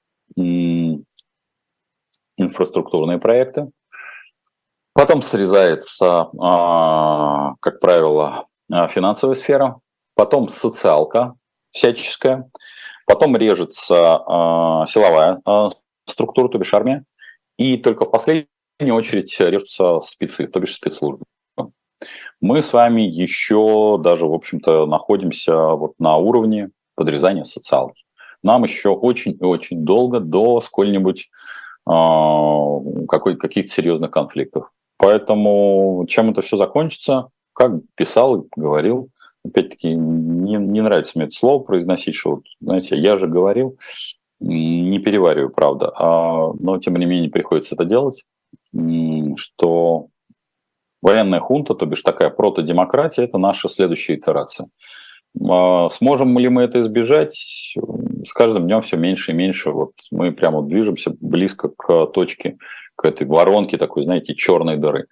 инфраструктурные проекты, потом срезается, как правило, финансовая сфера, потом социалка всяческая, потом режется силовая структура, то бишь армия, и только в последнюю очередь режутся спецы, то бишь спецслужбы. Мы с вами еще даже, в общем-то, находимся вот на уровне подрезания социалки. Нам еще очень и очень долго до сколь-нибудь каких-то серьезных конфликтов. Поэтому чем это все закончится, как писал и говорил, опять-таки не нравится мне это слово произносить, что, вот, знаете, я же говорил, не перевариваю, правда, но тем не менее приходится это делать, что военная хунта, то бишь такая протодемократия, это наша следующая итерация. Сможем ли мы это избежать? С каждым днем все меньше и меньше. Вот мы прямо движемся близко к точке, к этой воронке такой, знаете, черной дыры.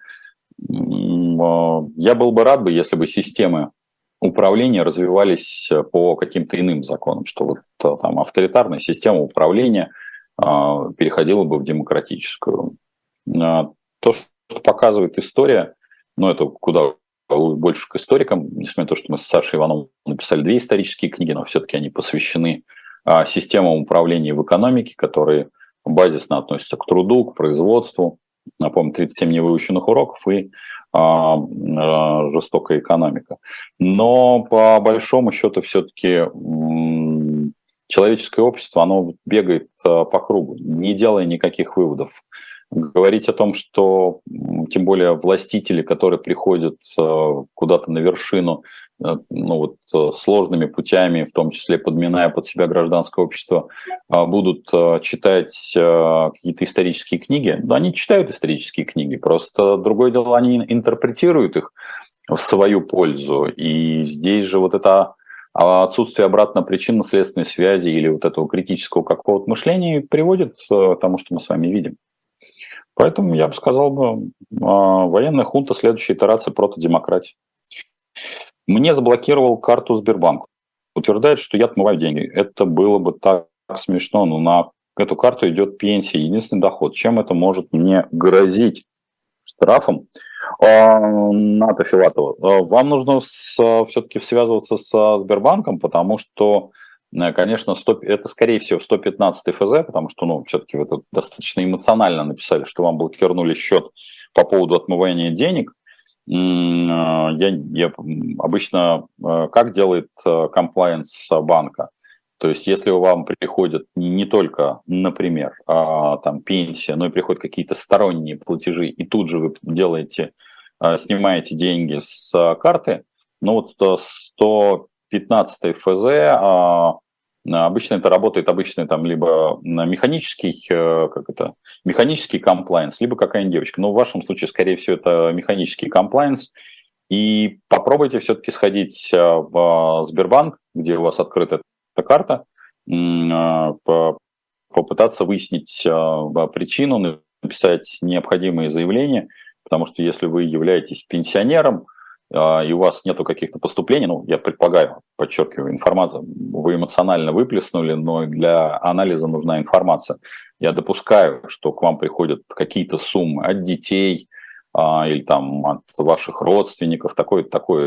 Я был бы рад, если бы системы управления развивались по каким-то иным законам, что вот там авторитарная система управления переходила бы в демократическую. То, что показывает история, ну, это куда больше к историкам, несмотря на то, что мы с Сашей Ивановым написали 2 исторические книги, но все-таки они посвящены системам управления в экономике, которые базисно относятся к труду, к производству. Напомню, 37 невыученных уроков и жестокая экономика. Но по большому счету все-таки человеческое общество, оно бегает по кругу, не делая никаких выводов. Говорить о том, что тем более властители, которые приходят куда-то на вершину, ну вот сложными путями, в том числе подминая под себя гражданское общество, будут читать какие-то исторические книги. Да, они читают исторические книги, просто другое дело, они интерпретируют их в свою пользу. И здесь же вот это отсутствие обратно причинно-следственной связи или вот этого критического какого-то мышления приводит к тому, что мы с вами видим. Поэтому я бы сказал, военная хунта, следующая итерация протодемократии. Мне заблокировал карту Сбербанк. Утверждает, что я отмываю деньги. Это было бы так смешно, но на эту карту идет пенсия, единственный доход. Чем это может мне грозить? Штрафом? Ната Филатова, вам нужно все-таки связываться с Сбербанком, потому что, конечно, это, скорее всего, 115 ФЗ, потому что, ну, все-таки вы это достаточно эмоционально написали, что вам блокировали счет по поводу отмывания денег. Я обычно, как делает комплаенс банка? То есть, если вам приходят не только, например, там пенсия, но и приходят какие-то сторонние платежи, и тут же вы снимаете деньги с карты, ну вот 115 ФЗ, обычно это работает там либо механический комплайнс, либо какая-нибудь девочка. Но в вашем случае, скорее всего, это механический комплайнс. И попробуйте все-таки сходить в Сбербанк, где у вас открыта эта карта, попытаться выяснить причину, написать необходимые заявления, потому что если вы являетесь пенсионером, и у вас нету каких-то поступлений, ну, я предполагаю, подчеркиваю, информация, вы эмоционально выплеснули, но для анализа нужна информация. Я допускаю, что к вам приходят какие-то суммы от детей или там от ваших родственников, такое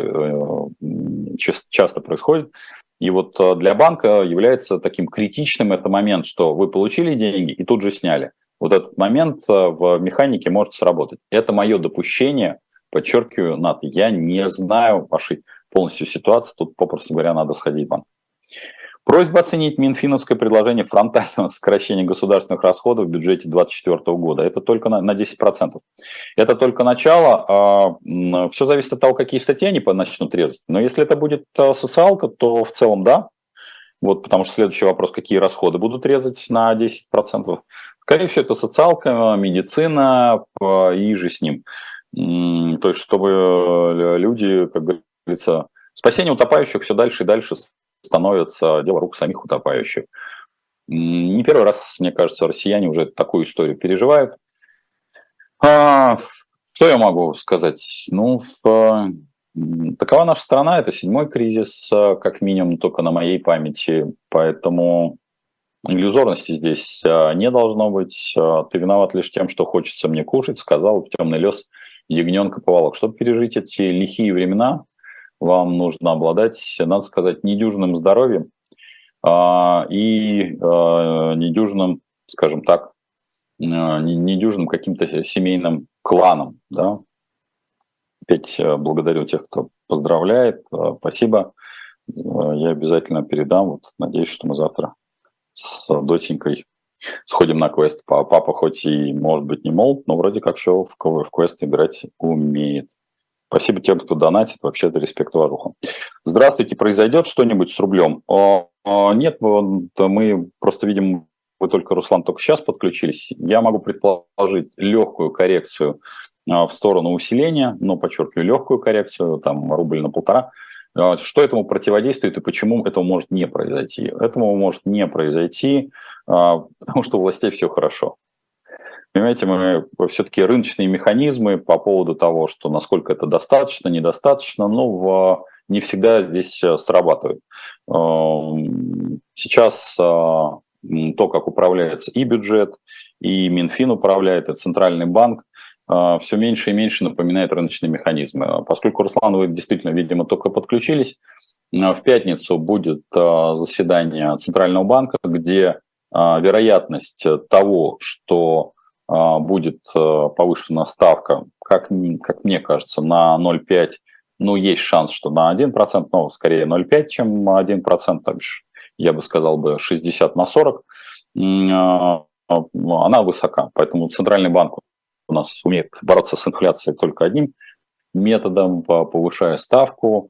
часто происходит. И вот для банка является таким критичным это момент, что вы получили деньги и тут же сняли. Вот этот момент в механике может сработать. Это мое допущение. Подчеркиваю, Нат, я не знаю вашей полностью ситуации, тут, попросту говоря, надо сходить в банк. Просьба оценить минфиновское предложение фронтального сокращения государственных расходов в бюджете 2024 года. Это только на 10%. Это только начало. Все зависит от того, какие статьи они начнут резать. Но если это будет социалка, то в целом да. Вот, потому что следующий вопрос, какие расходы будут резать на 10%. Скорее всего, это социалка, медицина и же с ним. То есть, чтобы люди, как говорится, спасение утопающих все дальше и дальше становится дело рук самих утопающих. Не первый раз, мне кажется, россияне уже такую историю переживают. Что я могу сказать? Ну, Такова наша страна, это 7-й кризис, как минимум, только на моей памяти, поэтому иллюзорности здесь не должно быть. Ты виноват лишь тем, что хочется мне кушать, сказал в темный лес ягненка поволок. Чтобы пережить эти лихие времена, вам нужно обладать, надо сказать, недюжинным здоровьем и недюжинным, скажем так, недюжинным каким-то семейным кланом. Да? Опять благодарю тех, кто поздравляет. Спасибо. Я обязательно передам. Вот, надеюсь, что мы завтра с доченькой сходим на квест. Папа хоть и, может быть, не молод, но вроде как все в квест играть умеет. Спасибо тем, кто донатит. Вообще-то респект Варуху. Здравствуйте. Произойдет что-нибудь с рублем? Нет, мы просто видим, вы только, Руслан, только сейчас подключились. Я могу предположить легкую коррекцию в сторону усиления, но, подчеркиваю, легкую коррекцию, там рубль на 1,5. Что этому противодействует и почему этого может не произойти? Этому может не произойти, потому что у властей все хорошо. Понимаете, мы все-таки рыночные механизмы по поводу того, что насколько это достаточно, недостаточно, не всегда здесь срабатывают. Сейчас то, как управляется и бюджет, и Минфин управляет, и Центральный банк, все меньше и меньше напоминает рыночные механизмы. Поскольку, Руслан, вы действительно, видимо, только подключились, в пятницу будет заседание Центрального банка, где вероятность того, что будет повышена ставка, как мне кажется, на 0,5, есть шанс, что на 1%, но скорее 0,5, чем 1%, так же, я бы сказал, 60/40, она высока. Поэтому Центральный банк у нас умеет бороться с инфляцией только одним методом, повышая ставку.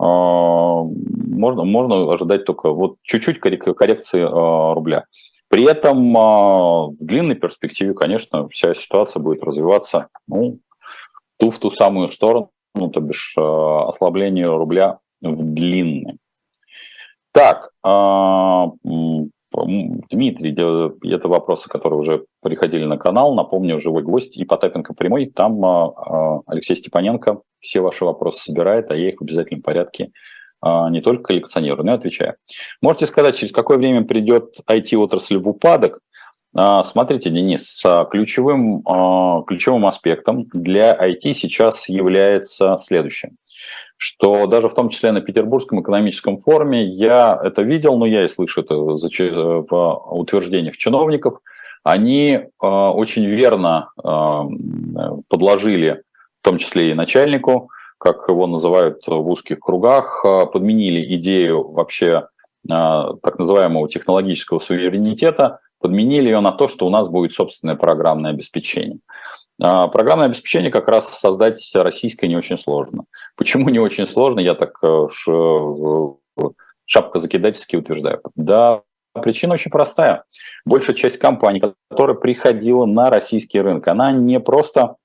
Можно ожидать только чуть-чуть коррекции рубля. При этом в длинной перспективе, конечно, вся ситуация будет развиваться в ту самую сторону, то бишь ослаблению рубля в длинной. Так, Дмитрий, это вопросы, которые уже приходили на канал. Напомню, живой гость и Потапенко прямой. Там Алексей Степаненко все ваши вопросы собирает, а я их в обязательном порядке не только коллекционирую, но и отвечаю. Можете сказать, через какое время придет IT-отрасль в упадок? Смотрите, Денис, ключевым аспектом для IT сейчас является следующее. Что даже в том числе на Петербургском экономическом форуме я это видел, но я и слышу это в утверждениях чиновников, они очень верно подложили, в том числе и начальнику, как его называют в узких кругах, подменили идею вообще так называемого технологического суверенитета, подменили ее на то, что у нас будет собственное программное обеспечение. Программное обеспечение как раз создать российское не очень сложно. Почему не очень сложно? Я так шапкозакидательски утверждаю. Да, причина очень простая. Большая часть компаний, которая приходила на российский рынок, она не просто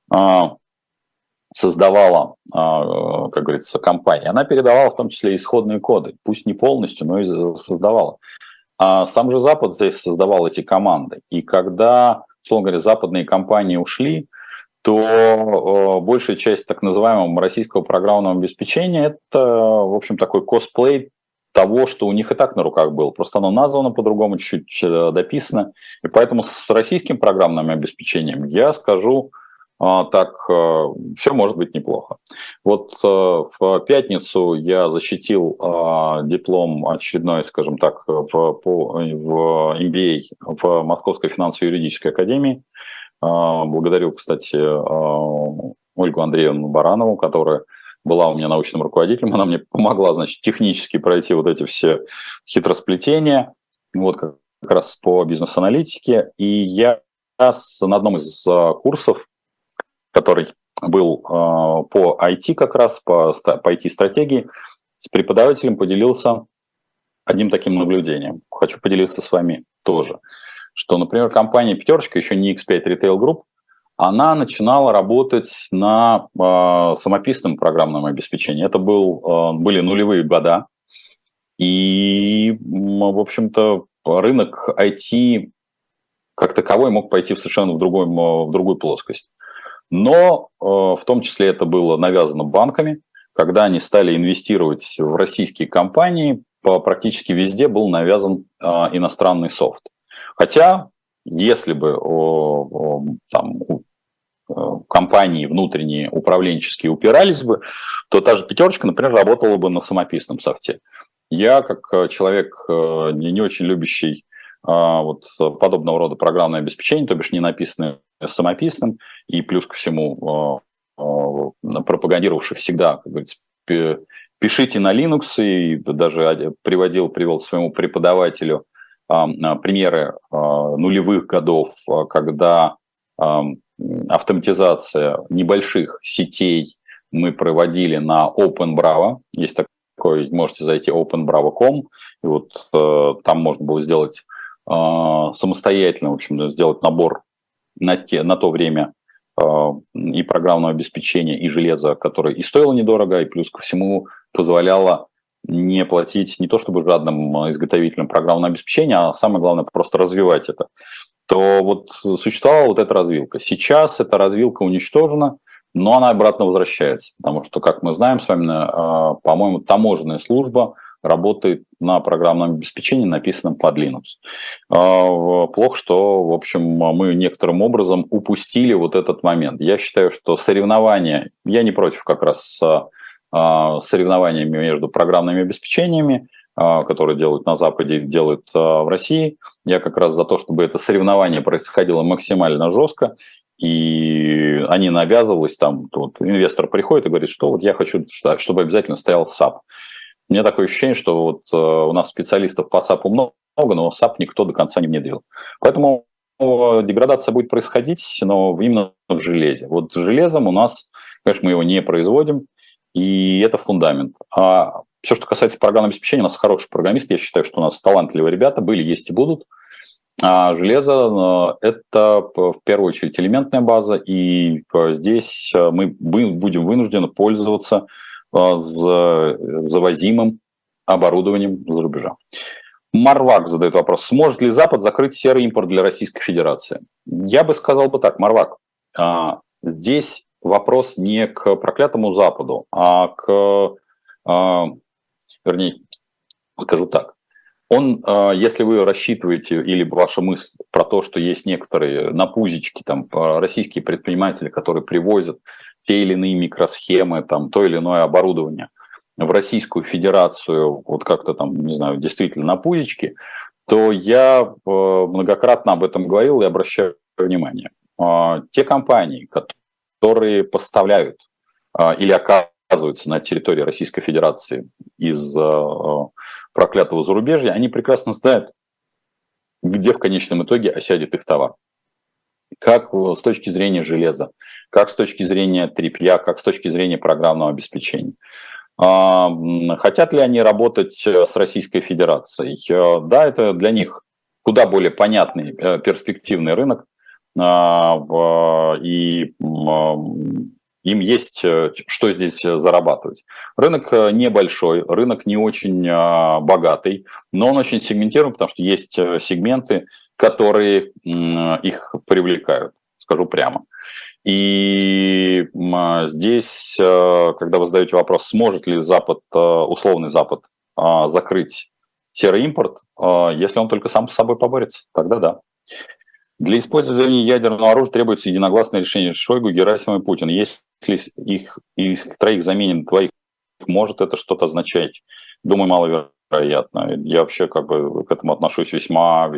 создавала, как говорится, компании, она передавала в том числе исходные коды. Пусть не полностью, но и создавала. А сам же Запад здесь создавал эти команды. И когда, условно говоря, западные компании ушли, то большая часть так называемого российского программного обеспечения – это, в общем, такой косплей того, что у них и так на руках было. Просто оно названо по-другому, чуть-чуть дописано. И поэтому с российским программным обеспечением я скажу так, все может быть неплохо. В пятницу я защитил диплом очередной, скажем так, в MBA в Московской финансово-юридической академии. Благодарю, кстати, Ольгу Андреевну Баранову, которая была у меня научным руководителем. Она мне помогла, значит, технически пройти эти все хитросплетения, как раз по бизнес-аналитике. И я на одном из курсов, который был по IT как раз, по IT-стратегии, с преподавателем поделился одним таким наблюдением. Хочу поделиться с вами тоже. Что, например, компания «Пятерочка», еще не X5 Retail Group, она начинала работать на самописном программном обеспечении. Это были нулевые года. И, в общем-то, рынок IT как таковой мог пойти совершенно в другую плоскость. Но в том числе это было навязано банками, когда они стали инвестировать в российские компании, практически везде был навязан иностранный софт. Хотя, если бы там, компании внутренние управленческие упирались бы, то та же «пятерочка», например, работала бы на самописном софте. Я, как человек, не очень любящий вот подобного рода программное обеспечение, то бишь не написанное самописным, и плюс ко всему пропагандировавший всегда, как говорится, пишите на Linux, и даже привел своему преподавателю примеры нулевых годов, когда автоматизация небольших сетей мы проводили на OpenBravo. Есть такой, можете зайти openbravo.com, и вот там можно было сделать самостоятельно, в общем, сделать набор на то время и программного обеспечения, и железа, которое и стоило недорого, и плюс ко всему позволяло не платить не то чтобы жадным изготовителям программного обеспечения, а самое главное просто развивать это. То вот существовала вот эта развилка. Сейчас эта развилка уничтожена, но она обратно возвращается, потому что, как мы знаем с вами, по-моему, таможенная служба работает на программном обеспечении, написанном под Linux. Плохо, что, в общем, мы некоторым образом упустили вот этот момент. Я считаю, что соревнования, я не против как раз соревнованиями между программными обеспечениями, которые делают на Западе, делают в России. Я как раз за то, чтобы это соревнование происходило максимально жестко, и они навязывались, там вот инвестор приходит и говорит, что вот я хочу, чтобы обязательно стоял в SAP. У меня такое ощущение, что вот у нас специалистов по SAP много, но SAP никто до конца не внедрил. Поэтому деградация будет происходить, но именно в железе. Вот с железом у нас, конечно, мы его не производим, и это фундамент. А все, что касается программного обеспечения, у нас хороший программист, я считаю, что у нас талантливые ребята были, есть и будут. А железо – это в первую очередь элементная база, и здесь мы будем вынуждены пользоваться завозимым оборудованием за рубежа. Марвак задает вопрос: сможет ли Запад закрыть серый импорт для Российской Федерации? Я бы сказал бы так, Марвак, здесь вопрос не к проклятому Западу, а вернее, скажу так, если вы рассчитываете, или ваша мысль про то, что есть некоторые напузички, там, российские предприниматели, которые привозят те или иные микросхемы, там, то или иное оборудование в Российскую Федерацию, вот как-то там, не знаю, действительно напузички, то я многократно об этом говорил и обращаю внимание. Те компании, которые поставляют или оказываются на территории Российской Федерации из проклятого зарубежья, они прекрасно знают, где в конечном итоге осядет их товар. Как с точки зрения железа, как с точки зрения тряпья, как с точки зрения программного обеспечения. Хотят ли они работать с Российской Федерацией? Да, это для них куда более понятный перспективный рынок, и им есть что здесь зарабатывать. Рынок небольшой, рынок не очень богатый, но он очень сегментирован, потому что есть сегменты, которые их привлекают, скажу прямо. И здесь, когда вы задаете вопрос, сможет ли Запад, условный Запад, закрыть серый импорт, если он только сам с собой поборется, тогда да. Для использования ядерного оружия требуется единогласное решение Шойгу, Герасимова и Путина. Если их из троих заменит двоих, может это что-то означать? Думаю, маловероятно. Я вообще как бы к этому отношусь весьма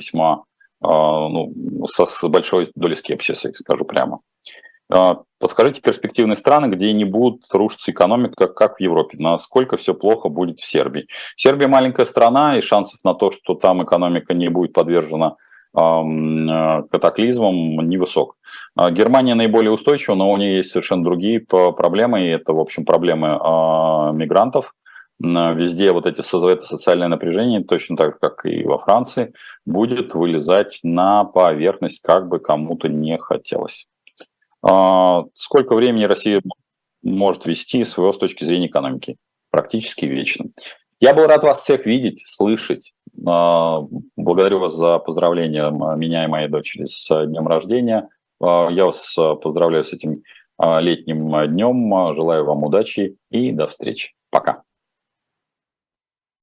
с большой долей скепсиса, скажу прямо. Подскажите перспективные страны, где не будут рушиться экономика, как в Европе. Насколько все плохо будет в Сербии? Сербия маленькая страна, и шансов на то, что там экономика не будет подвержена катаклизмом, невысок. Германия наиболее устойчива, но у нее есть совершенно другие проблемы, и это, в общем, проблемы мигрантов. Везде вот это социальное напряжение, точно так же, как и во Франции, будет вылезать на поверхность, как бы кому-то не хотелось. Сколько времени Россия может вести СВО с точки зрения экономики? Практически вечно. Я был рад вас всех видеть, слышать. Благодарю вас за поздравления меня и моей дочери с днем рождения. Я вас поздравляю с этим летним днем. Желаю вам удачи и до встречи. Пока.